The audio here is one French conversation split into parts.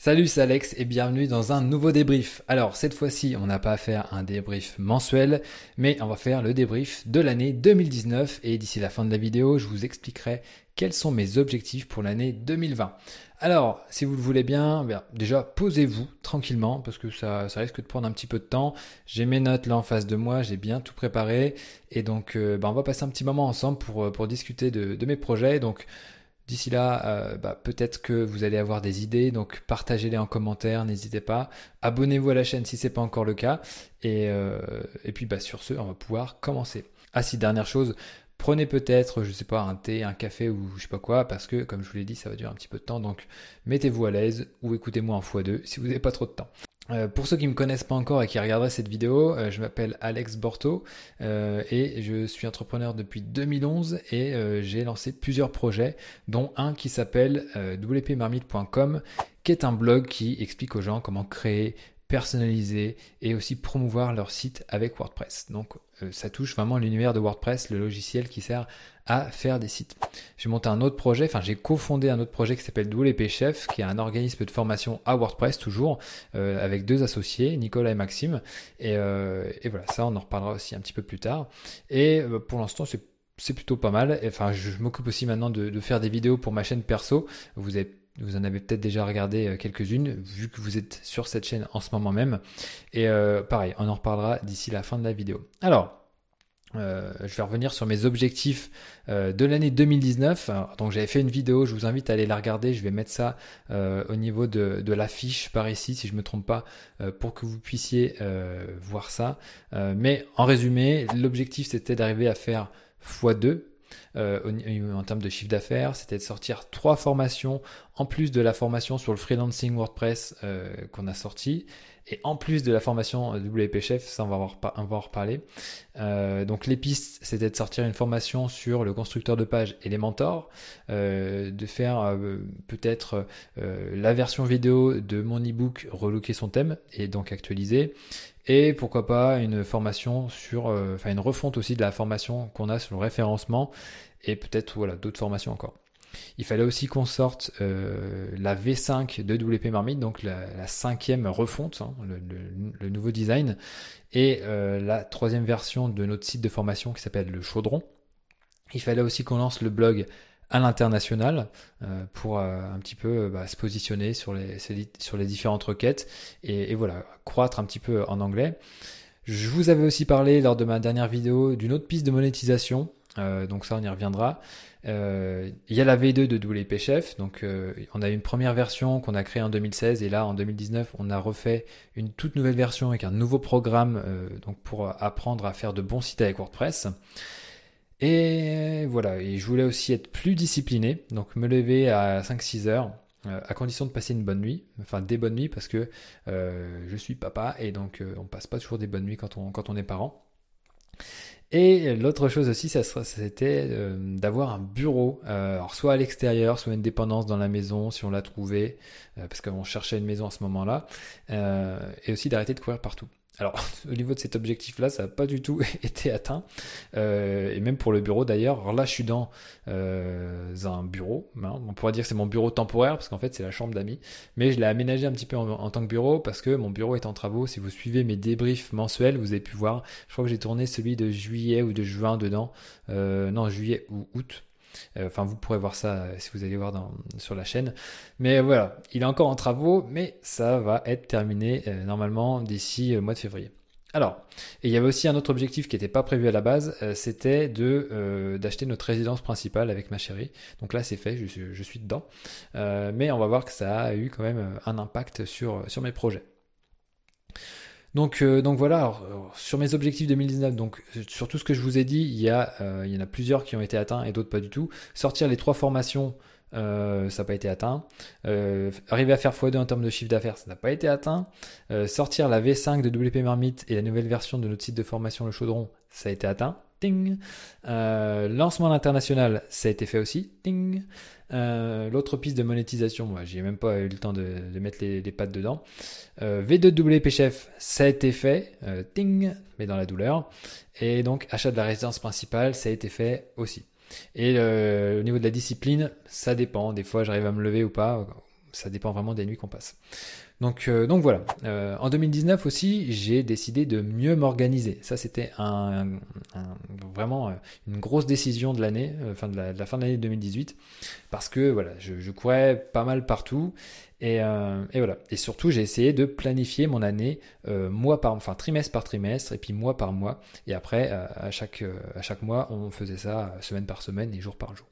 Salut, c'est Alex et bienvenue dans un nouveau débrief. Alors cette fois-ci, on n'a pas à faire un débrief mensuel, mais on va faire le débrief de l'année 2019 et d'ici la fin de la vidéo, je vous expliquerai quels sont mes objectifs pour l'année 2020. Alors, si vous le voulez bien, déjà posez-vous tranquillement parce que ça risque de prendre un petit peu de temps. J'ai mes notes là en face de moi, j'ai bien tout préparé et donc on va passer un petit moment ensemble pour discuter de mes projets. Donc d'ici là, peut-être que vous allez avoir des idées, donc partagez-les en commentaire, n'hésitez pas. Abonnez-vous à la chaîne si ce n'est pas encore le cas. Et puis sur ce, on va pouvoir commencer. Ah si, dernière chose, prenez peut-être, je sais pas, un thé, un café ou je sais pas quoi, parce que comme je vous l'ai dit, ça va durer un petit peu de temps, donc mettez-vous à l'aise ou écoutez-moi en x2 si vous n'avez pas trop de temps. Pour ceux qui ne me connaissent pas encore et qui regarderaient cette vidéo, je m'appelle Alex Borto et je suis entrepreneur depuis 2011 et j'ai lancé plusieurs projets, dont un qui s'appelle wpmarmite.com, qui est un blog qui explique aux gens comment créer, personnaliser et aussi promouvoir leur site avec WordPress. Donc ça touche vraiment l'univers de WordPress, le logiciel qui sert à faire des sites. J'ai monté un autre projet, j'ai cofondé un autre projet qui s'appelle WP Chef, qui est un organisme de formation à WordPress toujours, avec deux associés, Nicolas et Maxime. Et voilà, ça on en reparlera aussi un petit peu plus tard. Et pour l'instant c'est plutôt pas mal. Je m'occupe aussi maintenant de faire des vidéos pour ma chaîne perso. Vous en avez peut-être déjà regardé quelques-unes, vu que vous êtes sur cette chaîne en ce moment même. Et pareil, on en reparlera d'ici la fin de la vidéo. Alors, je vais revenir sur mes objectifs de l'année 2019. Alors, donc j'avais fait une vidéo, je vous invite à aller la regarder. Je vais mettre ça au niveau de l'affiche par ici, si je ne me trompe pas, pour que vous puissiez voir ça. Mais en résumé, l'objectif c'était d'arriver à faire x2. En termes de chiffre d'affaires, c'était de sortir 3 formations en plus de la formation sur le freelancing WordPress qu'on a sorti et en plus de la formation WP Chef, ça on va en reparler. Donc les pistes, c'était de sortir une formation sur le constructeur de page Elementor, de faire peut-être la version vidéo de mon ebook relooker son thème et donc actualiser. Et pourquoi pas une formation sur, une refonte aussi de la formation qu'on a sur le référencement et peut-être d'autres formations encore. Il fallait aussi qu'on sorte la V5 de WP Marmite, donc la cinquième refonte, le nouveau design, et la troisième version de notre site de formation qui s'appelle le Chaudron. Il fallait aussi qu'on lance le blog à l'international pour un petit peu se positionner sur les différentes requêtes et voilà, croître un petit peu en anglais. Je vous avais aussi parlé lors de ma dernière vidéo d'une autre piste de monétisation, donc ça on y reviendra. Il y a la V2 de WP Chef, donc on a une première version qu'on a créée en 2016 et là en 2019 on a refait une toute nouvelle version avec un nouveau programme donc pour apprendre à faire de bons sites avec WordPress. Et voilà, et je voulais aussi être plus discipliné, donc me lever à 5-6 heures, à condition de passer une bonne nuit, des bonnes nuits parce que je suis papa et donc on passe pas toujours des bonnes nuits quand on est parent. Et l'autre chose aussi, c'était d'avoir un bureau, alors soit à l'extérieur, soit une dépendance dans la maison si on l'a trouvé, parce qu'on cherchait une maison à ce moment-là, et aussi d'arrêter de courir partout. Alors, au niveau de cet objectif-là, ça n'a pas du tout été atteint. Et même pour le bureau d'ailleurs. Alors là, je suis dans un bureau. On pourrait dire que c'est mon bureau temporaire parce qu'en fait, c'est la chambre d'amis. Mais je l'ai aménagé un petit peu en tant que bureau parce que mon bureau est en travaux. Si vous suivez mes débriefs mensuels, vous avez pu voir. Je crois que j'ai tourné celui de juillet ou de juin dedans. Non, juillet ou août. Vous pourrez voir ça si vous allez voir sur la chaîne. Mais voilà, il est encore en travaux, mais ça va être terminé normalement d'ici le mois de février. Alors, et il y avait aussi un autre objectif qui n'était pas prévu à la base, c'était d'acheter notre résidence principale avec ma chérie. Donc là, c'est fait, je suis dedans. Mais on va voir que ça a eu quand même un impact sur mes projets. Donc voilà, alors, sur mes objectifs 2019, donc sur tout ce que je vous ai dit, il y en a plusieurs qui ont été atteints et d'autres pas du tout. Sortir les 3 formations, ça n'a pas été atteint. Arriver à faire x2 en termes de chiffre d'affaires, ça n'a pas été atteint. Sortir la V5 de WP Marmite et la nouvelle version de notre site de formation Le Chaudron, ça a été atteint. Ding. Lancement à l'international, ça a été fait aussi. Ding. L'autre piste de monétisation, moi j'ai même pas eu le temps de mettre les pattes dedans. V2 de WP Chef, ça a été fait, ting, mais dans la douleur. Et donc achat de la résidence principale, ça a été fait aussi. Et au niveau de la discipline, ça dépend. Des fois j'arrive à me lever ou pas. ça dépend vraiment des nuits qu'on passe. Donc voilà. En 2019 aussi, j'ai décidé de mieux m'organiser. Ça, c'était vraiment une grosse décision de l'année, de la fin de l'année 2018, parce que voilà, je courais pas mal partout et voilà. Et surtout, j'ai essayé de planifier mon année trimestre par trimestre et puis mois par mois. Et après, à chaque mois, on faisait ça semaine par semaine et jour par jour.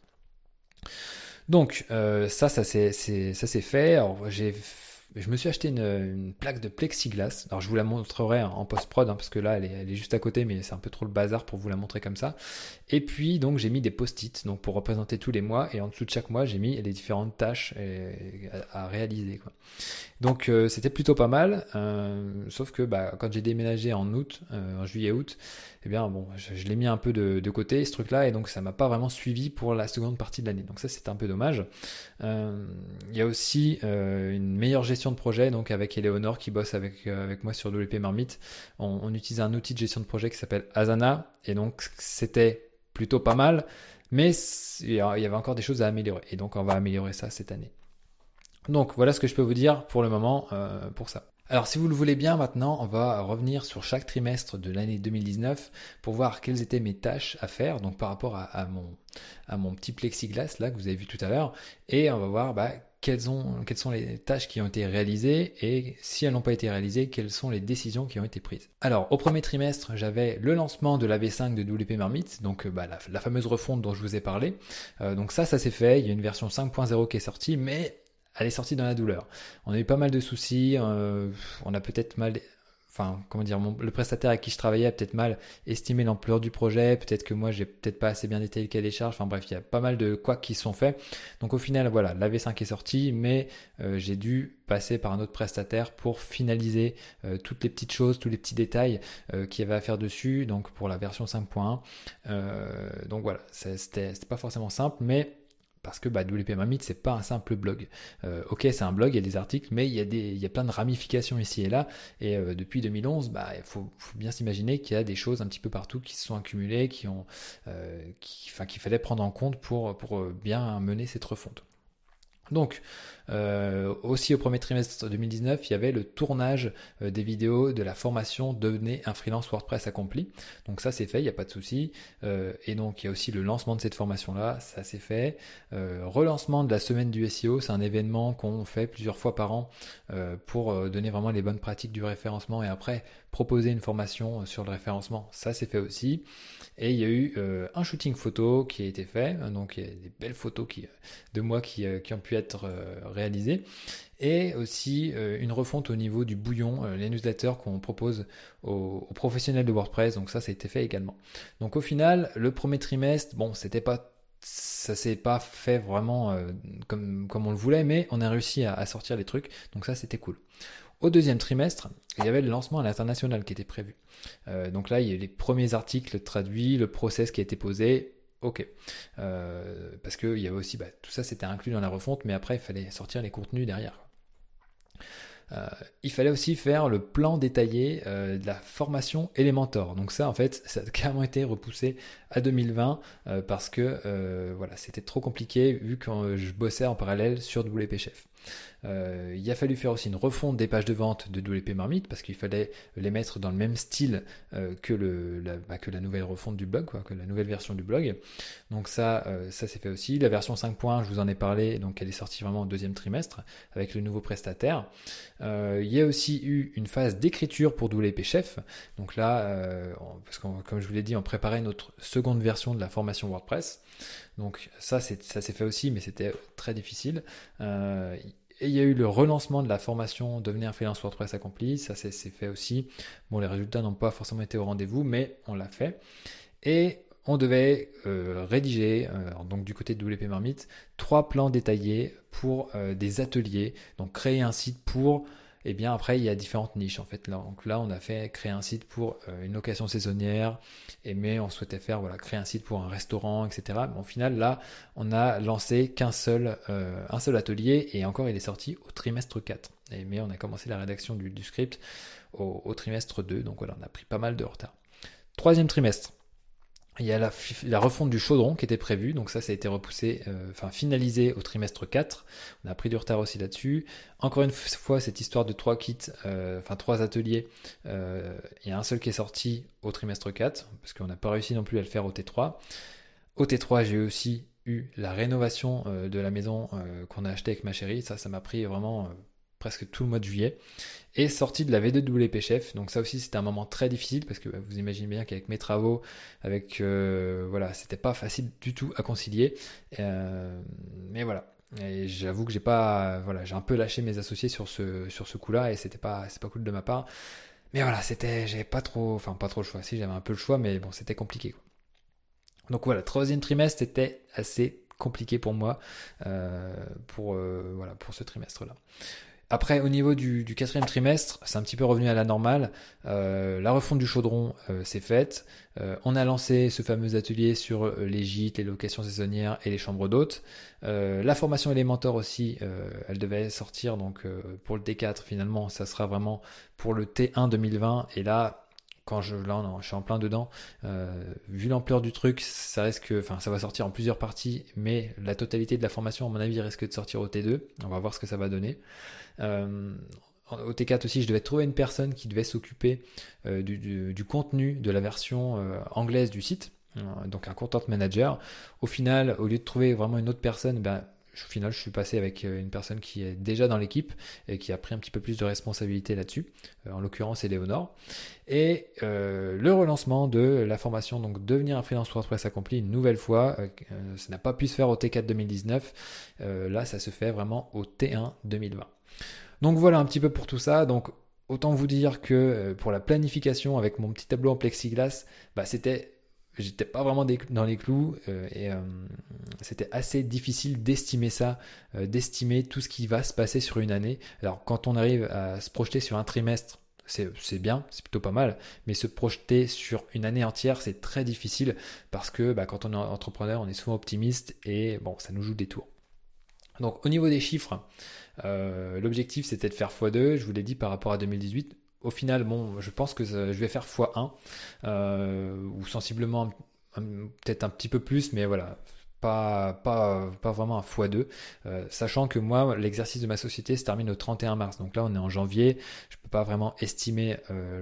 Donc ça c'est fait. Alors, je me suis acheté une plaque de plexiglas. Alors je vous la montrerai en post-prod parce que là elle est juste à côté, mais c'est un peu trop le bazar pour vous la montrer comme ça. Et puis donc j'ai mis des post-it donc pour représenter tous les mois, et en dessous de chaque mois j'ai mis les différentes tâches à réaliser, quoi. Donc c'était plutôt pas mal, sauf que quand j'ai déménagé en juillet-août, eh bien bon, je l'ai mis un peu de côté ce truc-là, et donc ça m'a pas vraiment suivi pour la seconde partie de l'année. Donc ça c'était un peu dommage. Il y a aussi une meilleure gestion de projet, donc avec Eleonore qui bosse avec moi sur WP Marmite. On utilise un outil de gestion de projet qui s'appelle Asana, et donc c'était plutôt pas mal, mais il y avait encore des choses à améliorer, et donc on va améliorer ça cette année. Donc voilà ce que je peux vous dire pour le moment pour ça. Alors si vous le voulez bien, maintenant on va revenir sur chaque trimestre de l'année 2019 pour voir quelles étaient mes tâches à faire, donc par rapport à mon petit plexiglas là que vous avez vu tout à l'heure, et on va voir quelles sont les tâches qui ont été réalisées, et si elles n'ont pas été réalisées, quelles sont les décisions qui ont été prises. Alors au premier trimestre, j'avais le lancement de la V5 de WP Marmite, donc la fameuse refonte dont je vous ai parlé. Donc ça s'est fait, il y a une version 5.0 qui est sortie, mais elle est sortie dans la douleur. On a eu pas mal de soucis, on a peut-être mal... le prestataire avec qui je travaillais a peut-être mal estimé l'ampleur du projet, peut-être que moi j'ai peut-être pas assez bien détaillé le cahier des charges, enfin bref, il y a pas mal de couacs qui se sont faits. Donc au final, voilà, la V5 est sortie, mais j'ai dû passer par un autre prestataire pour finaliser toutes les petites choses, tous les petits détails qu'il y avait à faire dessus, donc pour la version 5.1. Donc voilà, c'était pas forcément simple, mais... Parce que WP Marmite, c'est pas un simple blog. Ok, c'est un blog, il y a des articles, mais il y a plein de ramifications ici et là. Et depuis 2011, il faut bien s'imaginer qu'il y a des choses un petit peu partout qui se sont accumulées, qu'il fallait prendre en compte pour bien mener cette refonte. Donc, aussi au premier trimestre 2019, il y avait le tournage des vidéos de la formation Devenez un freelance WordPress accompli. Donc ça c'est fait, il n'y a pas de souci. Et donc il y a aussi le lancement de cette formation-là, ça c'est fait. Relancement de la semaine du SEO, c'est un événement qu'on fait plusieurs fois par an pour donner vraiment les bonnes pratiques du référencement, et après proposer une formation sur le référencement, ça c'est fait aussi. Et il y a eu un shooting photo qui a été fait, donc il y a des belles photos de moi qui ont pu être réalisées, et aussi une refonte au niveau du bouillon, les newsletters qu'on propose aux professionnels de WordPress, donc ça a été fait également. Donc au final, le premier trimestre, bon, ça s'est pas fait vraiment comme on le voulait, mais on a réussi à sortir les trucs, donc ça c'était cool. Au deuxième trimestre, il y avait le lancement à l'international qui était prévu. Donc là, il y a eu les premiers articles traduits, le process qui a été posé. Ok. Parce qu'il y avait aussi, tout ça c'était inclus dans la refonte, mais après il fallait sortir les contenus derrière. Il fallait aussi faire le plan détaillé de la formation Elementor. Donc ça, en fait, ça a carrément été repoussé à 2020 parce que c'était trop compliqué vu que je bossais en parallèle sur WP Chef. Il a fallu faire aussi une refonte des pages de vente de WP Marmite parce qu'il fallait les mettre dans le même style que la nouvelle refonte du blog, que la nouvelle version du blog. Donc ça s'est fait aussi. La version 5. Je vous en ai parlé, donc elle est sortie vraiment au deuxième trimestre avec le nouveau prestataire. Il y a aussi eu une phase d'écriture pour WP Chef. Donc là, parce que comme je vous l'ai dit, on préparait notre seconde version de la formation WordPress. Donc ça s'est fait aussi, mais c'était très difficile. Et il y a eu le relancement de la formation Devenir un freelance WordPress accompli. Ça s'est fait aussi. Bon, les résultats n'ont pas forcément été au rendez-vous, mais on l'a fait. Et on devait rédiger, donc du côté de WP Marmite, 3 plans détaillés pour des ateliers. Donc créer un site pour... Et bien après, il y a différentes niches en fait. Donc là, on a créer un site pour une location saisonnière, mais on souhaitait créer un site pour un restaurant, etc. Mais au final, là, on a lancé un seul atelier, et encore, il est sorti au trimestre 4. Mais on a commencé la rédaction du script au trimestre 2, donc voilà, on a pris pas mal de retard. Troisième trimestre. Il y a la refonte du chaudron qui était prévue, donc ça a été repoussé, finalisé au trimestre 4. On a pris du retard aussi là-dessus. Encore une fois, cette histoire de 3 kits, 3 ateliers, il y a un seul qui est sorti au trimestre 4, parce qu'on n'a pas réussi non plus à le faire au T3. Au T3, j'ai aussi eu la rénovation de la maison qu'on a achetée avec ma chérie. Ça m'a pris vraiment presque tout le mois de juillet. Et sortie de la V2WP Chef. Donc ça aussi c'était un moment très difficile parce que vous imaginez bien qu'avec mes travaux, c'était pas facile du tout à concilier. Mais voilà. Et j'avoue que j'ai un peu lâché mes associés sur ce coup-là et c'est pas cool de ma part. Mais voilà, j'avais pas trop le choix. Si, j'avais un peu le choix, mais bon, c'était compliqué, quoi. Donc voilà, troisième trimestre, c'était assez compliqué pour moi pour ce trimestre-là. Après, au niveau du quatrième trimestre, c'est un petit peu revenu à la normale. La refonte du chaudron, c'est faite. On a lancé ce fameux atelier sur les gîtes, les locations saisonnières et les chambres d'hôtes. La formation Elementor aussi, elle devait sortir. Donc pour le T4, finalement, ça sera vraiment pour le T1 2020. Et là, je suis en plein dedans. Vu l'ampleur du truc, ça va sortir en plusieurs parties, mais la totalité de la formation, à mon avis, risque de sortir au T2. On va voir ce que ça va donner. Au T4 aussi, je devais trouver une personne qui devait s'occuper du contenu de la version anglaise du site, donc un content manager. Au final, au lieu de trouver vraiment une autre personne, au final, je suis passé avec une personne qui est déjà dans l'équipe et qui a pris un petit peu plus de responsabilité là-dessus. En l'occurrence, Éléonore. Et le relancement de la formation, donc devenir un freelance WordPress accompli une nouvelle fois, ça n'a pas pu se faire au T4 2019. Là, ça se fait vraiment au T1 2020. Donc voilà un petit peu pour tout ça. Donc autant vous dire que pour la planification avec mon petit tableau en plexiglas, j'étais pas vraiment dans les clous et c'était assez difficile d'estimer ça, d'estimer tout ce qui va se passer sur une année. Alors quand on arrive à se projeter sur un trimestre, c'est bien, c'est plutôt pas mal, mais se projeter sur une année entière, c'est très difficile parce que quand on est entrepreneur, on est souvent optimiste et bon, ça nous joue des tours. Donc au niveau des chiffres, l'objectif c'était de faire x2, je vous l'ai dit par rapport à 2018. Au final, bon, je pense que je vais faire x1 ou sensiblement peut-être un petit peu plus, mais voilà, pas vraiment un x2, sachant que moi, l'exercice de ma société se termine au 31 mars. Donc là, on est en janvier, je peux pas vraiment estimer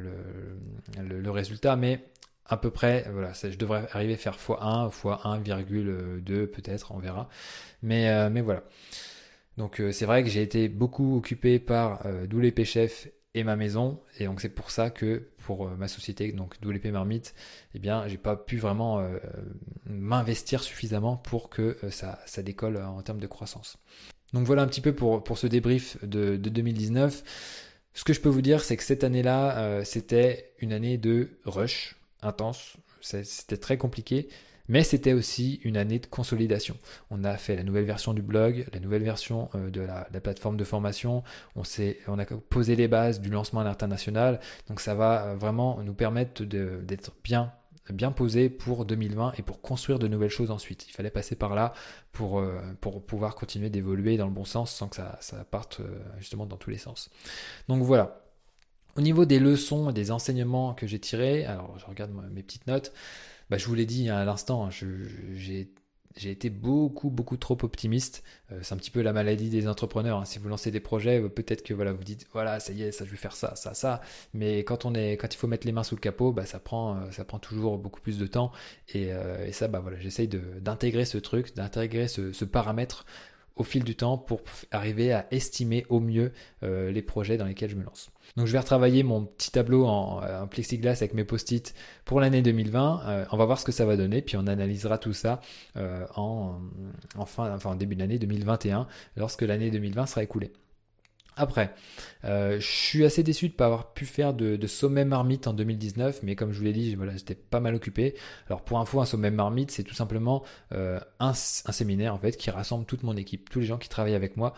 le résultat, mais à peu près, voilà, je devrais arriver à faire x1, x1,2 peut-être, on verra. Mais voilà. Donc c'est vrai que j'ai été beaucoup occupé par WP Chef et ma maison, et donc c'est pour ça que pour ma société, donc WP Marmite, eh bien j'ai pas pu vraiment m'investir suffisamment pour que ça décolle en termes de croissance. Donc voilà un petit peu pour ce débrief de 2019. Ce que je peux vous dire, c'est que cette année-là, c'était une année de rush intense, c'était très compliqué. Mais c'était aussi une année de consolidation. On a fait la nouvelle version du blog, la nouvelle version de la plateforme de formation. On a posé les bases du lancement à l'international. Donc ça va vraiment nous permettre d'être bien posé pour 2020 et pour construire de nouvelles choses ensuite. Il fallait passer par là pour pouvoir continuer d'évoluer dans le bon sens sans que ça parte justement dans tous les sens. Donc voilà. Au niveau des leçons et des enseignements que j'ai tirés, alors je regarde mes petites notes. Je vous l'ai dit à l'instant, j'ai été beaucoup trop optimiste. C'est un petit peu la maladie des entrepreneurs. Si vous lancez des projets, peut-être que vous dites voilà, ça y est, ça je vais faire ça. Mais quand il faut mettre les mains sous le capot, ça prend toujours beaucoup plus de temps. Et ça, j'essaye d'intégrer ce truc, d'intégrer ce paramètre au fil du temps pour arriver à estimer au mieux les projets dans lesquels je me lance. Donc je vais retravailler mon petit tableau en plexiglas avec mes post-it pour l'année 2020. On va voir ce que ça va donner, puis on analysera tout ça en début d'année 2021, lorsque l'année 2020 sera écoulée. Après, je suis assez déçu de ne pas avoir pu faire de sommet marmite en 2019, mais comme je vous l'ai dit, j'étais pas mal occupé. Alors pour info, un sommet marmite, c'est tout simplement un séminaire en fait qui rassemble toute mon équipe, tous les gens qui travaillent avec moi, pour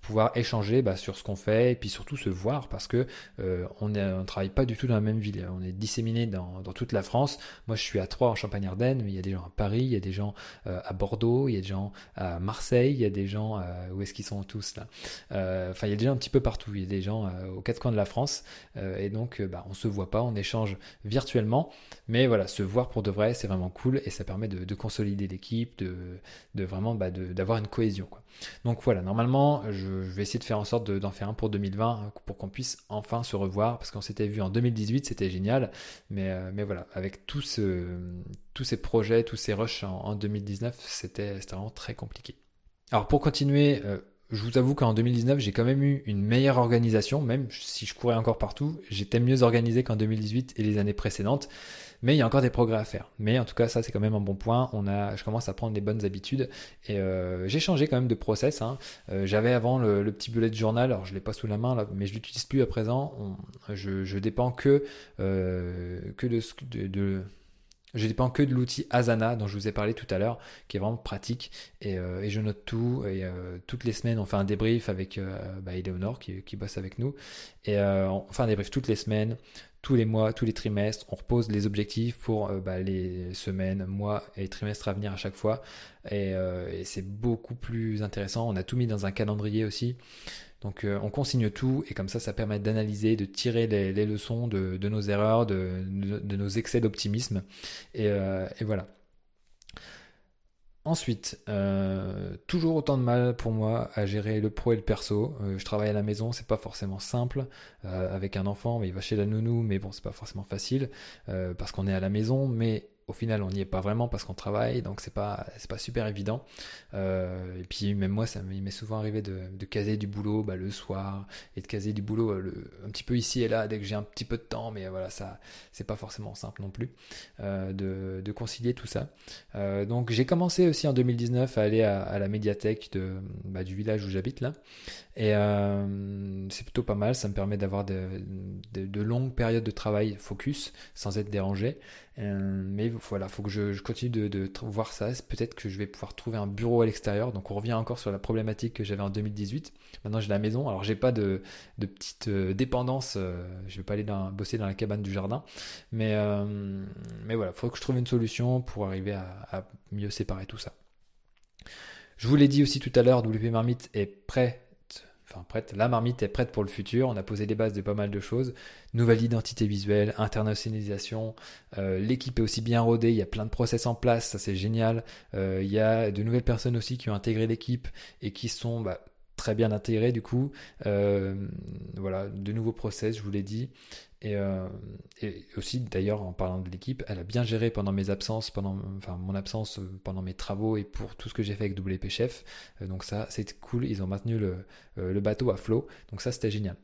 pouvoir échanger sur ce qu'on fait et puis surtout se voir parce que on travaille pas du tout dans la même ville. On est disséminés dans toute la France. Moi, je suis à Troyes en Champagne-Ardenne, mais il y a des gens à Paris, il y a des gens à Bordeaux, il y a des gens à Marseille, il y a des gens où est-ce qu'ils sont tous là. Enfin, il y a des gens un petit peu partout. Il y a des gens aux quatre coins de la France et donc on se voit pas, on échange virtuellement, mais voilà, se voir pour de vrai, c'est vraiment cool et ça permet de consolider l'équipe, de vraiment d'avoir une cohésion, quoi. Donc voilà, normalement, je vais essayer de faire en sorte d'en faire un pour 2020 pour qu'on puisse enfin se revoir parce qu'on s'était vu en 2018, c'était génial, mais voilà, avec tous ces projets, tous ces rushs en 2019, c'était vraiment très compliqué. Alors pour continuer, je vous avoue qu'en 2019, j'ai quand même eu une meilleure organisation, même si je courais encore partout, j'étais mieux organisé qu'en 2018 et les années précédentes, mais il y a encore des progrès à faire. Mais en tout cas, ça c'est quand même un bon point, je commence à prendre les bonnes habitudes et j'ai changé quand même de process, hein. J'avais avant le petit bullet journal, alors je l'ai pas sous la main là, mais je l'utilise plus à présent. Je dépends je dépends que de l'outil Asana dont je vous ai parlé tout à l'heure, qui est vraiment pratique et je note tout et toutes les semaines on fait un débrief avec Éléonore qui bosse avec nous et on fait un débrief toutes les semaines, tous les mois, tous les trimestres, on repose les objectifs pour les semaines, mois et trimestres à venir à chaque fois et c'est beaucoup plus intéressant. On a tout mis dans un calendrier aussi. Donc on consigne tout et comme ça permet d'analyser, de tirer les leçons de nos erreurs, de nos excès d'optimisme et voilà. Ensuite, toujours autant de mal pour moi à gérer le pro et le perso. Je travaille à la maison, c'est pas forcément simple avec un enfant, mais il va chez la nounou, mais bon, c'est pas forcément facile parce qu'on est à la maison, mais au final, on n'y est pas vraiment parce qu'on travaille, donc c'est pas super évident. Et puis même moi, il m'est souvent arrivé de caser du boulot le soir et de caser du boulot un petit peu ici et là dès que j'ai un petit peu de temps, mais voilà, ça c'est pas forcément simple non plus de concilier tout ça. Donc j'ai commencé aussi en 2019 à aller à la médiathèque du village où j'habite là. Et c'est plutôt pas mal, ça me permet d'avoir de longues périodes de travail focus sans être dérangé. Mais voilà, faut que je continue de voir ça. Peut-être que je vais pouvoir trouver un bureau à l'extérieur. Donc on revient encore sur la problématique que j'avais en 2018. Maintenant j'ai la maison, alors j'ai pas de petite dépendance. Je vais pas aller bosser dans la cabane du jardin. Mais voilà, faut que je trouve une solution pour arriver à mieux séparer tout ça. Je vous l'ai dit aussi tout à l'heure, WP Marmite est prête. La marmite est prête pour le futur. On a posé les bases de pas mal de choses. Nouvelle identité visuelle, internationalisation. L'équipe est aussi bien rodée. Il y a plein de process en place. Ça, c'est génial. Il y a de nouvelles personnes aussi qui ont intégré l'équipe et qui sont très bien intégrées du coup. Voilà, de nouveaux process, je vous l'ai dit. Et aussi, d'ailleurs, en parlant de l'équipe, elle a bien géré pendant mes absences, mon absence pendant mes travaux et pour tout ce que j'ai fait avec WP Chef. Donc ça, c'était cool. Ils ont maintenu le bateau à flot. Donc ça, c'était génial.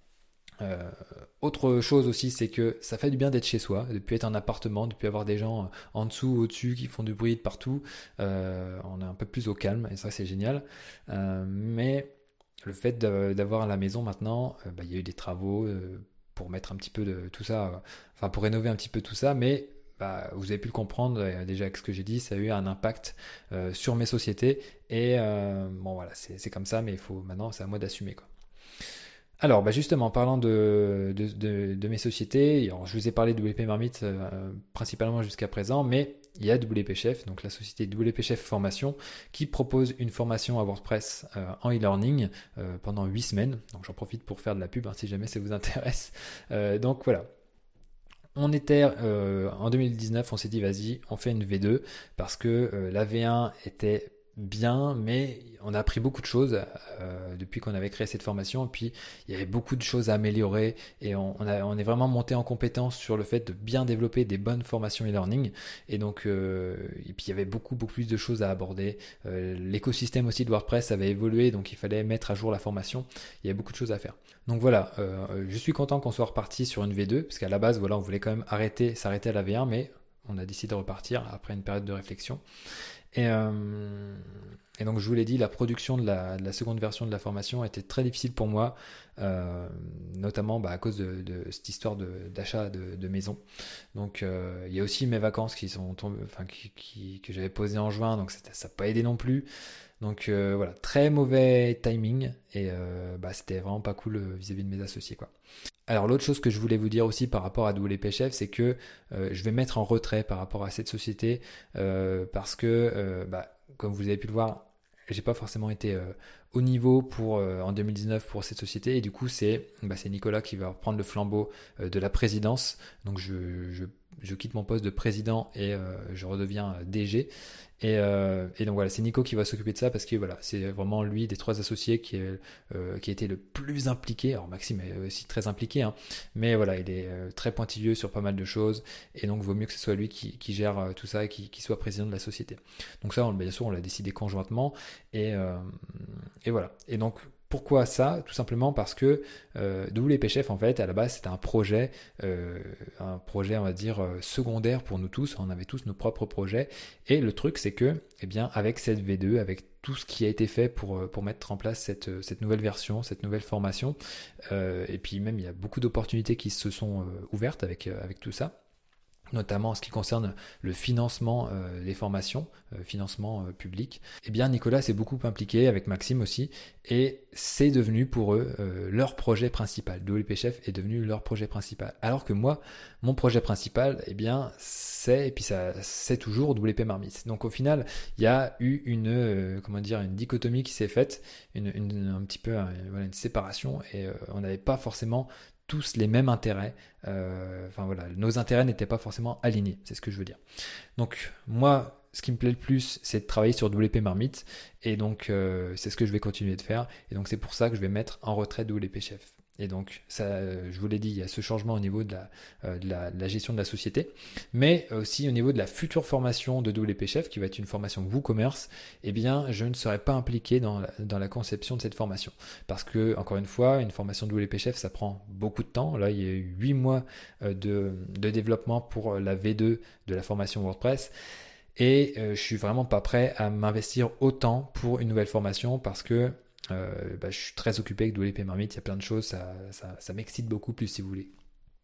Autre chose aussi, c'est que ça fait du bien d'être chez soi, de plus être en appartement, de plus avoir des gens en dessous, au-dessus qui font du bruit de partout. On est un peu plus au calme et ça, c'est génial. Mais le fait d'avoir à la maison maintenant, il y a eu des travaux pour mettre un petit peu de tout ça, pour rénover un petit peu tout ça, mais vous avez pu le comprendre déjà avec ce que j'ai dit, ça a eu un impact sur mes sociétés et bon voilà, c'est comme ça, mais maintenant c'est à moi d'assumer quoi. Alors justement, en parlant de mes sociétés, alors, je vous ai parlé de WP Marmite principalement jusqu'à présent, mais il y a WP Chef, donc la société WP Chef Formation, qui propose une formation à WordPress en e-learning pendant 8 semaines. Donc j'en profite pour faire de la pub si jamais ça vous intéresse. Donc voilà. On était en 2019, on s'est dit vas-y, on fait une V2 parce que la V1 était bien, mais on a appris beaucoup de choses depuis qu'on avait créé cette formation et puis il y avait beaucoup de choses à améliorer et on est vraiment monté en compétence sur le fait de bien développer des bonnes formations e-learning et donc et puis il y avait beaucoup plus de choses à aborder. L'écosystème aussi de WordPress avait évolué, donc il fallait mettre à jour la formation, il y avait beaucoup de choses à faire. Donc voilà, je suis content qu'on soit reparti sur une V2 parce qu'à la base voilà, on voulait quand même s'arrêter à la V1, mais on a décidé de repartir après une période de réflexion. Et donc je vous l'ai dit, la production de la seconde version de la formation était très difficile pour moi notamment à cause de cette histoire d'achat de maison. Donc il y a aussi mes vacances qui sont tombées, enfin que j'avais posées en juin, donc ça n'a pas aidé non plus. Donc voilà, très mauvais timing et c'était vraiment pas cool vis-à-vis de mes associés, quoi. Alors l'autre chose que je voulais vous dire aussi par rapport à WP Chef, c'est que je vais mettre en retrait par rapport à cette société parce que comme vous avez pu le voir, j'ai pas forcément été au niveau en 2019 pour cette société, et du coup c'est Nicolas qui va reprendre le flambeau de la présidence. Donc je quitte mon poste de président et je redeviens DG. Et donc voilà, c'est Nico qui va s'occuper de ça parce que voilà, c'est vraiment lui des trois associés qui a été le plus impliqué. Alors Maxime est aussi très impliqué, hein, mais voilà, il est très pointilleux sur pas mal de choses, et donc vaut mieux que ce soit lui qui gère tout ça et qui soit président de la société. Donc ça, bien sûr, on l'a décidé conjointement, et voilà. Et donc pourquoi ça? Tout simplement parce que WP Chef, en fait, à la base, c'était un projet, on va dire, secondaire pour nous tous. On avait tous nos propres projets. Et le truc, c'est que, eh bien, avec cette V2, avec tout ce qui a été fait pour mettre en place cette nouvelle version, cette nouvelle formation, et puis même, il y a beaucoup d'opportunités qui se sont ouvertes avec tout ça, notamment en ce qui concerne le financement des formations, financement public. Eh bien, Nicolas s'est beaucoup impliqué, avec Maxime aussi, et c'est devenu pour eux leur projet principal. WP Chef est devenu leur projet principal. Alors que moi, mon projet principal, eh bien, c'est toujours WP Marmite. Donc au final, il y a eu une dichotomie qui s'est faite, un petit peu une séparation, et on n'avait pas forcément tous les mêmes intérêts. Nos intérêts n'étaient pas forcément alignés, c'est ce que je veux dire. Donc moi, ce qui me plaît le plus, c'est de travailler sur WP Marmite, et donc c'est ce que je vais continuer de faire, et donc c'est pour ça que je vais mettre en retrait WP Chef. Et donc, ça, je vous l'ai dit, il y a ce changement au niveau de la gestion de la société, mais aussi au niveau de la future formation de WP Chef, qui va être une formation WooCommerce. Eh bien, je ne serai pas impliqué dans la conception de cette formation. Parce que, encore une fois, une formation de WP Chef, ça prend beaucoup de temps. Là, il y a eu 8 mois de développement pour la V2 de la formation WordPress. Et je suis vraiment pas prêt à m'investir autant pour une nouvelle formation parce que je suis très occupé avec WP Marmite, il y a plein de choses, ça m'excite beaucoup plus, si vous voulez.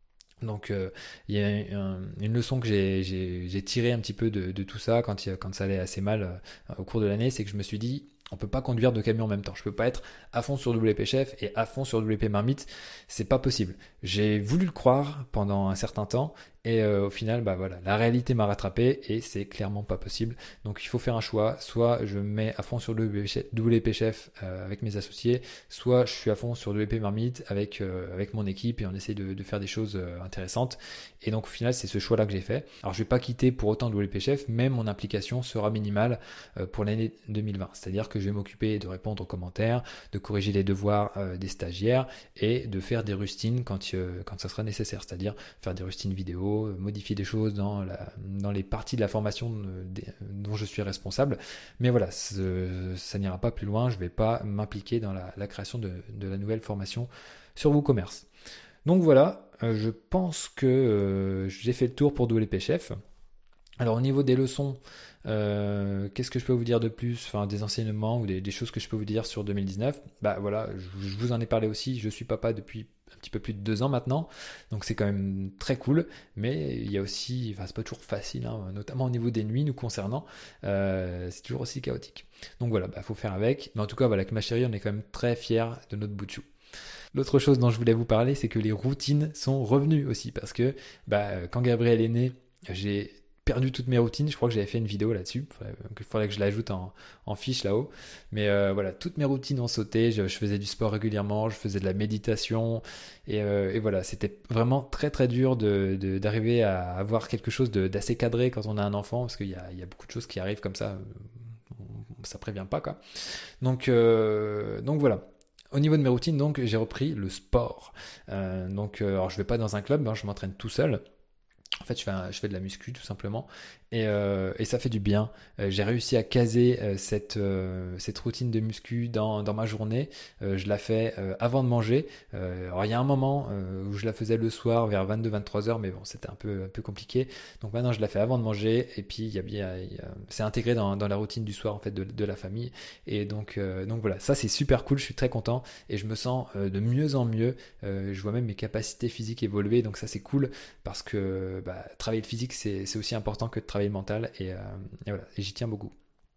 Donc il y a une leçon que j'ai tirée un petit peu de tout ça quand ça allait assez mal au cours de l'année, c'est que je me suis dit, on peut pas conduire deux camions en même temps. Je peux pas être à fond sur WP Chef et à fond sur WP Marmite, c'est pas possible. J'ai voulu le croire pendant un certain temps, et au final, la réalité m'a rattrapé et c'est clairement pas possible. Donc il faut faire un choix. Soit je me mets à fond sur WP Chef avec mes associés, soit je suis à fond sur WP Marmite avec mon équipe et on essaie de faire des choses intéressantes. Et donc au final, c'est ce choix-là que j'ai fait. Alors je vais pas quitter pour autant WP Chef, mais mon implication sera minimale pour l'année 2020. C'est-à-dire que je vais m'occuper de répondre aux commentaires, de corriger les devoirs des stagiaires et de faire des rustines quand ça sera nécessaire. C'est-à-dire faire des rustines vidéo, modifier des choses dans les parties de la formation dont je suis responsable. Mais voilà, ça n'ira pas plus loin. Je ne vais pas m'impliquer dans la création de la nouvelle formation sur WooCommerce. Donc voilà, je pense que j'ai fait le tour pour WP Chef. Alors au niveau des leçons, qu'est-ce que je peux vous dire de plus, enfin des enseignements ou des choses que je peux vous dire sur 2019? Voilà, je vous en ai parlé aussi, je suis papa depuis un petit peu plus de 2 ans maintenant, donc c'est quand même très cool, mais il y a aussi, c'est pas toujours facile, hein, notamment au niveau des nuits nous concernant, c'est toujours aussi chaotique. Donc voilà, faut faire avec, mais en tout cas voilà, avec ma chérie on est quand même très fiers de notre bout de chou. L'autre chose dont je voulais vous parler, c'est que les routines sont revenues aussi, parce que quand Gabriel est né, j'ai perdu toutes mes routines. Je crois que j'avais fait une vidéo là-dessus. Il faudrait que je l'ajoute en fiche là-haut. Mais voilà, toutes mes routines ont sauté. Je faisais du sport régulièrement, je faisais de la méditation. Et voilà, c'était vraiment très très dur d'arriver à avoir quelque chose d'assez cadré quand on a un enfant, parce qu'il y a beaucoup de choses qui arrivent comme ça. Ça prévient pas, quoi. Donc voilà. Au niveau de mes routines, donc, j'ai repris le sport. Alors je vais pas dans un club, je m'entraîne tout seul. En fait, je fais de la muscu tout simplement et ça fait du bien. J'ai réussi à caser cette routine de muscu dans ma journée. Je la fais avant de manger. Alors il y a un moment où je la faisais le soir vers 22-23 heures, mais bon, c'était un peu compliqué. Donc maintenant, je la fais avant de manger et puis c'est intégré dans la routine du soir en fait de la famille. Et donc voilà, ça c'est super cool. Je suis très content et je me sens de mieux en mieux. Je vois même mes capacités physiques évoluer, donc ça c'est cool parce que travailler le physique c'est aussi important que de travailler le mental et voilà, et j'y tiens beaucoup.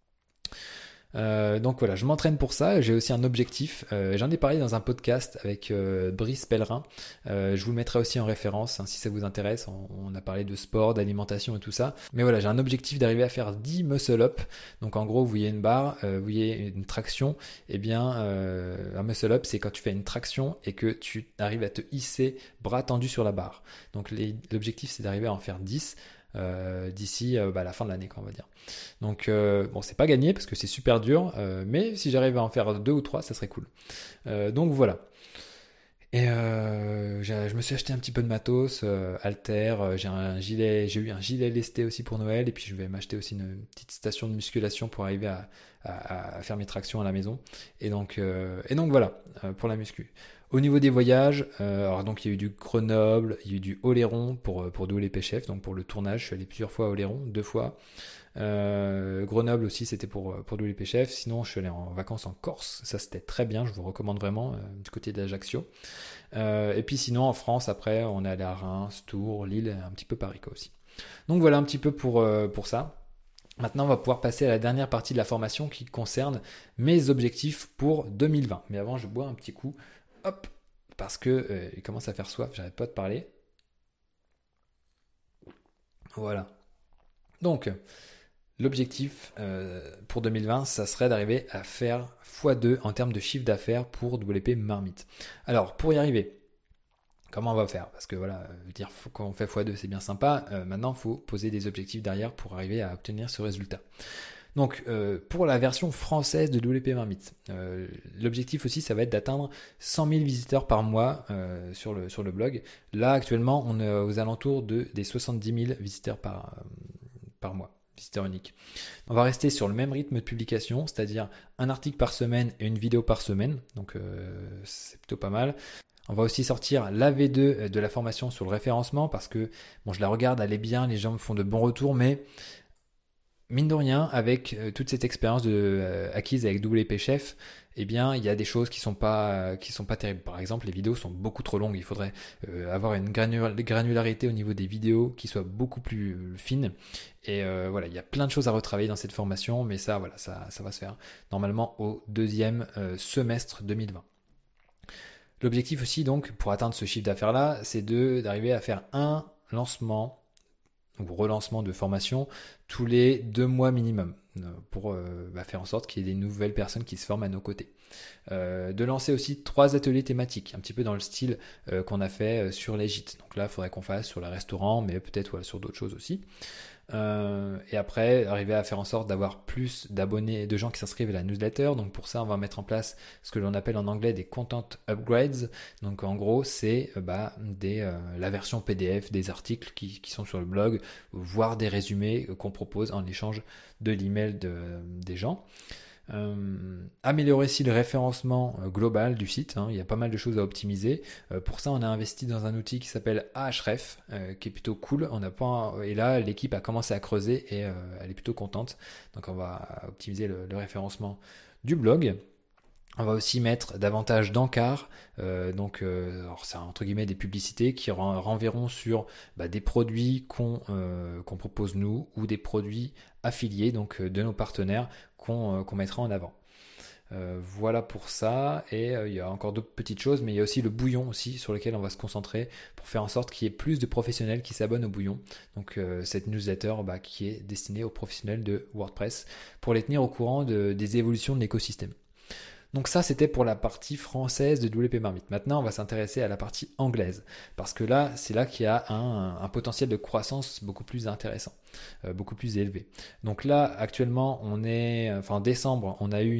Donc voilà, je m'entraîne pour ça. J'ai aussi un objectif. J'en ai parlé dans un podcast avec Brice Pellerin. Je vous le mettrai aussi en référence hein, si ça vous intéresse. On a parlé de sport, d'alimentation et tout ça. Mais voilà, j'ai un objectif d'arriver à faire 10 muscle-up. Donc en gros, vous voyez une barre, vous voyez une traction. Eh bien, un muscle-up, c'est quand tu fais une traction et que tu arrives à te hisser bras tendus sur la barre. Donc l'objectif, c'est d'arriver à en faire 10. D'ici la fin de l'année, quoi, on va dire. Donc bon, c'est pas gagné parce que c'est super dur, mais si j'arrive à en faire 2 ou 3, ça serait cool. Donc voilà. Et je me suis acheté un petit peu de matos, halter, j'ai eu un gilet lesté aussi pour Noël, et puis je vais m'acheter aussi une petite station de musculation pour arriver à faire mes tractions à la maison. Et donc voilà pour la muscu. Au niveau des voyages, alors donc il y a eu du Grenoble, il y a eu du Oléron pour WP Chef, donc pour le tournage, je suis allé plusieurs fois à Oléron, 2 fois. Grenoble aussi c'était pour WP Chef. Sinon je suis allé en vacances en Corse, ça c'était très bien, je vous recommande vraiment du côté d'Ajaccio. Et puis sinon en France après on est allé à Reims, Tours, Lille, un petit peu Paris quoi, aussi. Donc voilà un petit peu pour ça. Maintenant, on va pouvoir passer à la dernière partie de la formation qui concerne mes objectifs pour 2020. Mais avant, je bois un petit coup. Hop, parce que il commence à faire soif, j'arrête pas de parler. Voilà. Donc, l'objectif pour 2020, ça serait d'arriver à faire x2 en termes de chiffre d'affaires pour WP Marmite. Alors, pour y arriver, comment on va faire? Parce que voilà, dire qu'on fait x2, c'est bien sympa. Maintenant, il faut poser des objectifs derrière pour arriver à obtenir ce résultat. Donc, pour la version française de WP Marmite, l'objectif aussi, ça va être d'atteindre 100 000 visiteurs par mois sur le blog. Là, actuellement, on est aux alentours des 70 000 visiteurs par mois, visiteurs uniques. On va rester sur le même rythme de publication, c'est-à-dire un article par semaine et une vidéo par semaine. Donc, c'est plutôt pas mal. On va aussi sortir la V2 de la formation sur le référencement parce que, bon, je la regarde, elle est bien, les gens me font de bons retours, mais mine de rien, avec toute cette expérience acquise avec WP Chef, eh bien, il y a des choses qui sont pas terribles. Par exemple, les vidéos sont beaucoup trop longues. Il faudrait avoir une granularité au niveau des vidéos qui soit beaucoup plus fine. Et voilà, il y a plein de choses à retravailler dans cette formation, mais ça, voilà, ça va se faire normalement au deuxième semestre 2020. L'objectif aussi, donc, pour atteindre ce chiffre d'affaires-là, c'est d'arriver à faire un lancement ou relancement de formation tous les 2 mois minimum pour faire en sorte qu'il y ait des nouvelles personnes qui se forment à nos côtés. De lancer aussi 3 ateliers thématiques, un petit peu dans le style qu'on a fait sur les gîtes. Donc là, il faudrait qu'on fasse sur le restaurant, mais peut-être sur d'autres choses aussi. Et après, arriver à faire en sorte d'avoir plus d'abonnés, de gens qui s'inscrivent à la newsletter. Donc pour ça, on va mettre en place ce que l'on appelle en anglais des content upgrades. Donc en gros, c'est la version PDF des articles qui sont sur le blog, voire des résumés qu'on propose en échange de l'email des gens. Améliorer aussi le référencement global du site, hein. Il y a pas mal de choses à optimiser. Pour ça, on a investi dans un outil qui s'appelle Ahref, qui est plutôt cool. Et là, l'équipe a commencé à creuser et elle est plutôt contente. Donc, on va optimiser le référencement du blog. On va aussi mettre davantage d'encarts, alors c'est entre guillemets des publicités qui renverront sur des produits qu'on propose nous ou des produits affiliés donc de nos partenaires qu'on mettra en avant. Voilà pour ça, et il y a encore d'autres petites choses, mais il y a aussi le bouillon aussi sur lequel on va se concentrer pour faire en sorte qu'il y ait plus de professionnels qui s'abonnent au bouillon. Donc cette newsletter qui est destinée aux professionnels de WordPress pour les tenir au courant des évolutions de l'écosystème. Donc ça, c'était pour la partie française de WP Marmite. Maintenant, on va s'intéresser à la partie anglaise, parce que là, c'est là qu'il y a un potentiel de croissance beaucoup plus intéressant, beaucoup plus élevé. Donc là, actuellement, en décembre, on a eu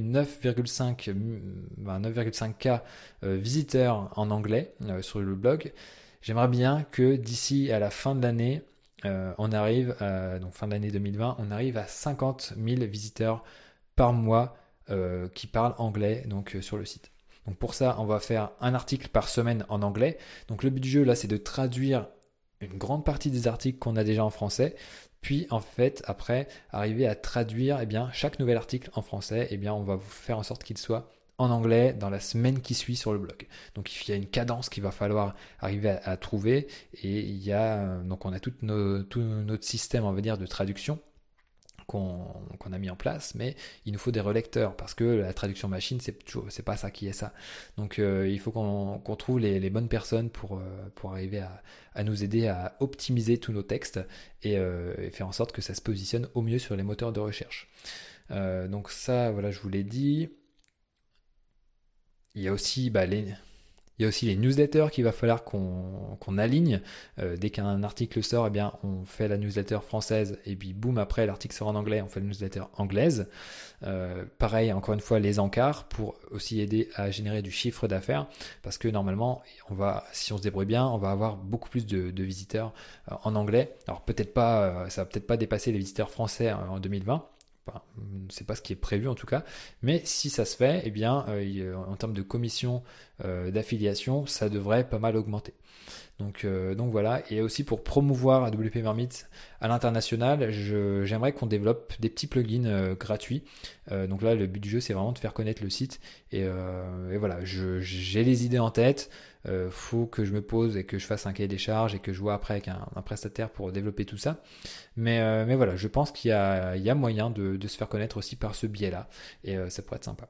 9,5K visiteurs en anglais sur le blog. J'aimerais bien que d'ici à la fin de l'année, on arrive, donc fin de l'année 2020, on arrive à 50 000 visiteurs par mois qui parlent anglais donc, sur le site. Donc pour ça, on va faire un article par semaine en anglais. Donc le but du jeu là, c'est de traduire une grande partie des articles qu'on a déjà en français, puis en fait après arriver à traduire chaque nouvel article en français. On va vous faire en sorte qu'il soit en anglais dans la semaine qui suit sur le blog. Donc il y a une cadence qu'il va falloir arriver à trouver, et il y a donc on a tout notre système, on va dire, de traduction qu'on a mis en place, mais il nous faut des relecteurs parce que la traduction machine, c'est pas ça qui est ça. Donc il faut qu'on trouve les bonnes personnes pour arriver à nous aider à optimiser tous nos textes et faire en sorte que ça se positionne au mieux sur les moteurs de recherche. Donc ça, voilà, je vous l'ai dit. Il y a aussi les newsletters qu'il va falloir qu'on aligne. Dès qu'un article sort, on fait la newsletter française, et puis boum, après l'article sort en anglais, on fait la newsletter anglaise. Pareil, encore une fois, les encarts pour aussi aider à générer du chiffre d'affaires, parce que normalement, si on se débrouille bien, on va avoir beaucoup plus de visiteurs en anglais. Alors peut-être pas, ça va peut-être pas dépasser les visiteurs français en 2020. Enfin, c'est pas ce qui est prévu en tout cas, mais si ça se fait, en termes de commission d'affiliation, ça devrait pas mal augmenter. Donc voilà, et aussi pour promouvoir AWP Marmite à l'international, j'aimerais qu'on développe des petits plugins gratuits. Donc là, le but du jeu, c'est vraiment de faire connaître le site. Et voilà, j'ai les idées en tête. Faut que je me pose et que je fasse un cahier des charges et que je vois après avec un prestataire pour développer tout ça. Mais voilà, je pense qu'il y a moyen de se faire connaître aussi par ce biais-là. Et ça pourrait être sympa.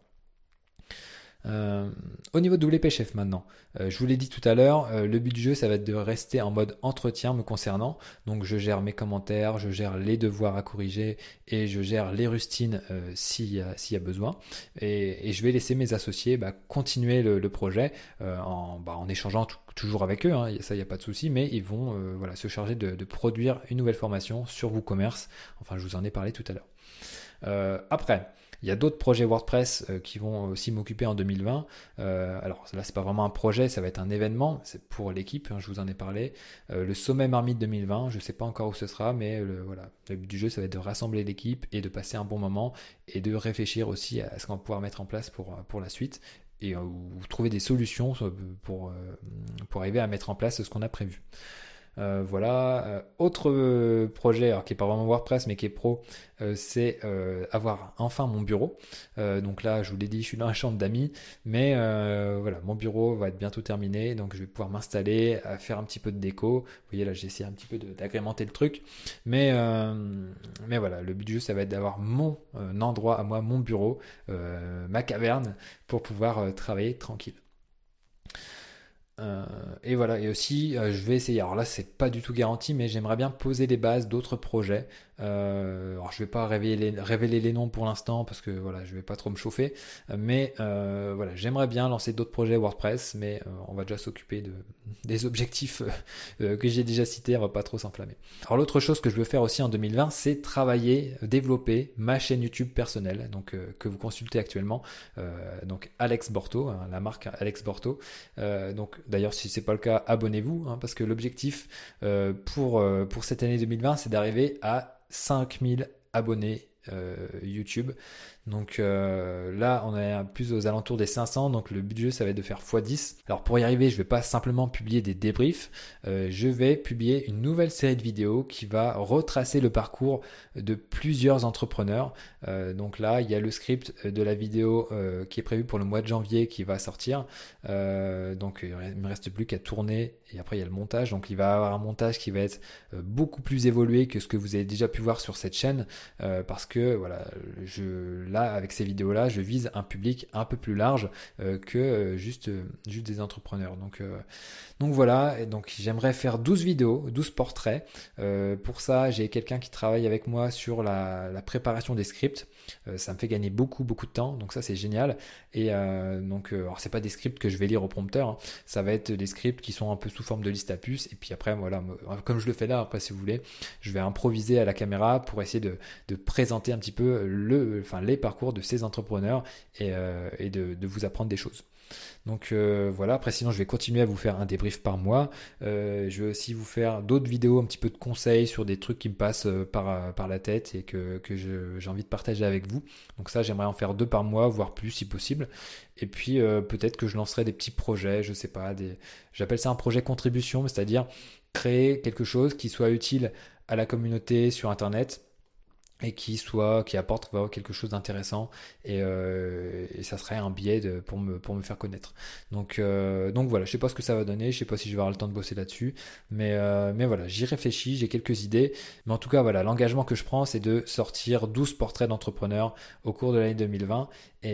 Au niveau de WP Chef maintenant, je vous l'ai dit tout à l'heure, le but du jeu, ça va être de rester en mode entretien me concernant. Donc je gère mes commentaires, je gère les devoirs à corriger et je gère les rustines s'il y a besoin. Et je vais laisser mes associés continuer le projet en échangeant toujours avec eux, hein, ça il n'y a pas de souci, mais ils vont se charger de produire une nouvelle formation sur WooCommerce. Enfin, je vous en ai parlé tout à l'heure. Après, il y a d'autres projets WordPress qui vont aussi m'occuper en 2020. Alors là, c'est pas vraiment un projet, ça va être un événement. C'est pour l'équipe, hein, je vous en ai parlé. Le sommet Marmite 2020, je sais pas encore où ce sera, mais le but du jeu, ça va être de rassembler l'équipe et de passer un bon moment et de réfléchir aussi à ce qu'on va pouvoir mettre en place pour la suite et trouver des solutions pour arriver à mettre en place ce qu'on a prévu. Autre projet, alors qui est pas vraiment WordPress mais qui est pro, c'est avoir enfin mon bureau. Donc là, je vous l'ai dit, je suis dans la chambre d'amis, mais mon bureau va être bientôt terminé, donc je vais pouvoir m'installer, faire un petit peu de déco. Vous voyez là, j'ai essayé un petit peu d'agrémenter le truc, mais voilà, le but du jeu, ça va être d'avoir mon endroit à moi, mon bureau, ma caverne, pour pouvoir travailler tranquille. Et voilà, et aussi je vais essayer, alors là c'est pas du tout garanti, mais j'aimerais bien poser les bases d'autres projets. Alors je vais pas révéler les noms pour l'instant parce que voilà, je vais pas trop me chauffer, mais voilà, j'aimerais bien lancer d'autres projets WordPress, mais on va déjà s'occuper des objectifs que j'ai déjà cités, on va pas trop s'enflammer. Alors l'autre chose que je veux faire aussi en 2020, c'est développer ma chaîne YouTube personnelle, donc que vous consultez actuellement, donc Alex Borto, hein, la marque Alex Borto. Donc d'ailleurs, si c'est pas le cas, abonnez-vous, hein, parce que l'objectif pour cette année 2020, c'est d'arriver à 5000 abonnés YouTube. Donc là, on est plus aux alentours des 500, donc le but du jeu, ça va être de faire x10. Alors pour y arriver, je vais pas simplement publier des débriefs, je vais publier une nouvelle série de vidéos qui va retracer le parcours de plusieurs entrepreneurs. Donc là, il y a le script de la vidéo qui est prévu pour le mois de janvier qui va sortir. Donc il me reste plus qu'à tourner et après il y a le montage. Donc il va y avoir un montage qui va être beaucoup plus évolué que ce que vous avez déjà pu voir sur cette chaîne, parce que voilà, là, avec ces vidéos-là, je vise un public un peu plus large que juste des entrepreneurs. Donc voilà, et donc j'aimerais faire 12 vidéos, 12 portraits. Pour ça, j'ai quelqu'un qui travaille avec moi sur la préparation des scripts. Ça me fait gagner beaucoup de temps, donc ça c'est génial. Et alors c'est pas des scripts que je vais lire au prompteur, hein. Ça va être des scripts qui sont un peu sous forme de liste à puces. Et puis après, voilà, comme je le fais là, après si vous voulez, je vais improviser à la caméra pour essayer de présenter un petit peu les parcours de ces entrepreneurs et de vous apprendre des choses. Donc voilà, après sinon je vais continuer à vous faire un débrief par mois. Je vais aussi vous faire d'autres vidéos, un petit peu de conseils sur des trucs qui me passent par la tête et que j'ai envie de partager avec vous. Donc ça, j'aimerais en faire 2 par mois, voire plus si possible. Et puis peut-être que je lancerai des petits projets, je sais pas, j'appelle ça un projet contribution, c'est-à-dire créer quelque chose qui soit utile à la communauté sur Internet et qui apporte vraiment quelque chose d'intéressant et ça serait un biais pour me faire connaître. Donc voilà, je sais pas ce que ça va donner, je sais pas si je vais avoir le temps de bosser là-dessus, mais voilà, j'y réfléchis, j'ai quelques idées, mais en tout cas voilà, l'engagement que je prends c'est de sortir 12 portraits d'entrepreneurs au cours de l'année 2020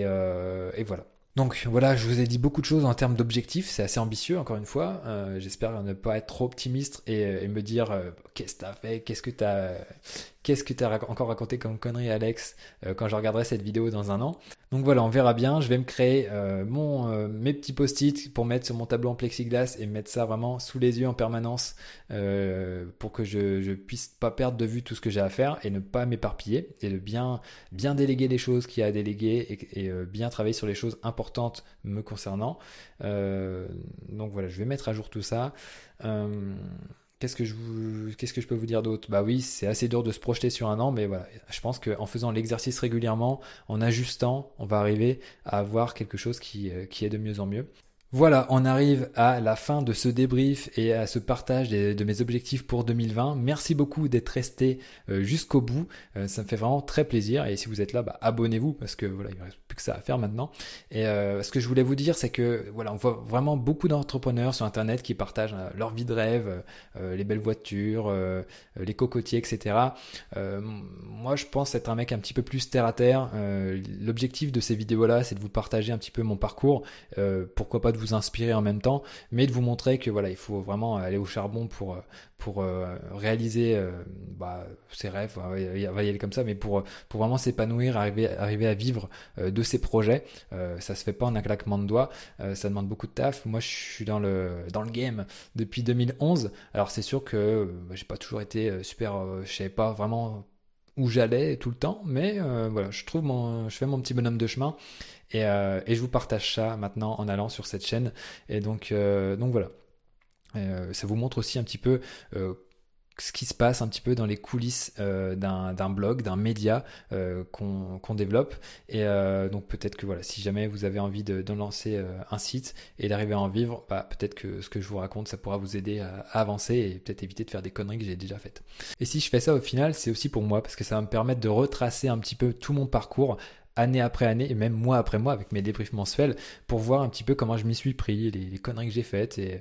et voilà. Donc voilà, je vous ai dit beaucoup de choses en termes d'objectifs, c'est assez ambitieux encore une fois. J'espère ne pas être trop optimiste et me dire qu'est-ce que t'as fait, qu'est-ce que t'as encore raconté comme connerie Alex quand je regarderai cette vidéo dans un an. Donc voilà, on verra bien. Je vais me créer mes petits post-it pour mettre sur mon tableau en plexiglas et mettre ça vraiment sous les yeux en permanence pour que je puisse pas perdre de vue tout ce que j'ai à faire et ne pas m'éparpiller et de bien déléguer les choses qu'il y a à déléguer et bien travailler sur les choses importantes me concernant. Donc voilà, je vais mettre à jour tout ça. Qu'est-ce que je peux vous dire d'autre? Bah oui, c'est assez dur de se projeter sur un an, mais voilà, je pense qu'en faisant l'exercice régulièrement, en ajustant, on va arriver à avoir quelque chose qui est de mieux en mieux. Voilà, on arrive à la fin de ce débrief et à ce partage de mes objectifs pour 2020. Merci beaucoup d'être resté jusqu'au bout. Ça me fait vraiment très plaisir. Et si vous êtes là, bah, abonnez-vous parce que voilà, il ne reste plus que ça à faire maintenant. Et ce que je voulais vous dire, c'est que voilà, on voit vraiment beaucoup d'entrepreneurs sur Internet qui partagent leur vie de rêve, les belles voitures, les cocotiers, etc. Moi, je pense être un mec un petit peu plus terre à terre. L'objectif de ces vidéos-là, c'est de vous partager un petit peu mon parcours. Pourquoi pas de vous inspirer en même temps, mais de vous montrer que voilà, il faut vraiment aller au charbon pour réaliser ses rêves, on va y aller comme ça, mais pour vraiment s'épanouir, arriver à vivre de ses projets. Ça se fait pas en un claquement de doigts, ça demande beaucoup de taf. Moi, je suis dans le game depuis 2011. Alors c'est sûr que j'ai pas toujours été super, je savais pas vraiment où j'allais tout le temps, mais voilà, je fais mon petit bonhomme de chemin et je vous partage ça maintenant en allant sur cette chaîne. Et donc voilà. Ça vous montre aussi un petit peu ce qui se passe un petit peu dans les coulisses d'un blog, d'un média qu'on développe. Et donc peut-être que voilà, si jamais vous avez envie de lancer un site et d'arriver à en vivre, bah, peut-être que ce que je vous raconte, ça pourra vous aider à avancer et peut-être éviter de faire des conneries que j'ai déjà faites. Et si je fais ça au final, c'est aussi pour moi, parce que ça va me permettre de retracer un petit peu tout mon parcours année après année et même mois après mois avec mes débriefs mensuels pour voir un petit peu comment je m'y suis pris, les conneries que j'ai faites et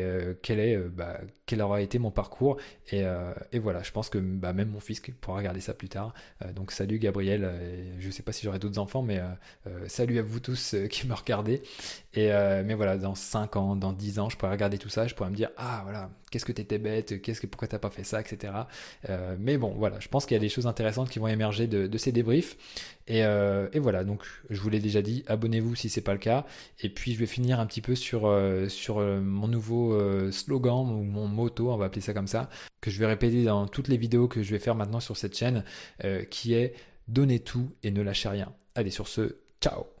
quel aura été mon parcours et voilà, je pense que même mon fils pourra regarder ça plus tard. Donc salut Gabriel, je sais pas si j'aurai d'autres enfants, mais salut à vous tous qui me regardez mais voilà, dans 5 ans, dans 10 ans, je pourrais regarder tout ça, je pourrais me dire ah voilà, qu'est-ce que t'étais bête, pourquoi t'as pas fait ça, etc. Mais bon voilà, je pense qu'il y a des choses intéressantes qui vont émerger de ces débriefs et voilà, donc je vous l'ai déjà dit, abonnez-vous si c'est pas le cas. Et puis je vais finir un petit peu sur mon nouveau slogan ou mon motto, on va appeler ça comme ça, que je vais répéter dans toutes les vidéos que je vais faire maintenant sur cette chaîne, qui est donnez tout et ne lâchez rien. Allez, sur ce, ciao.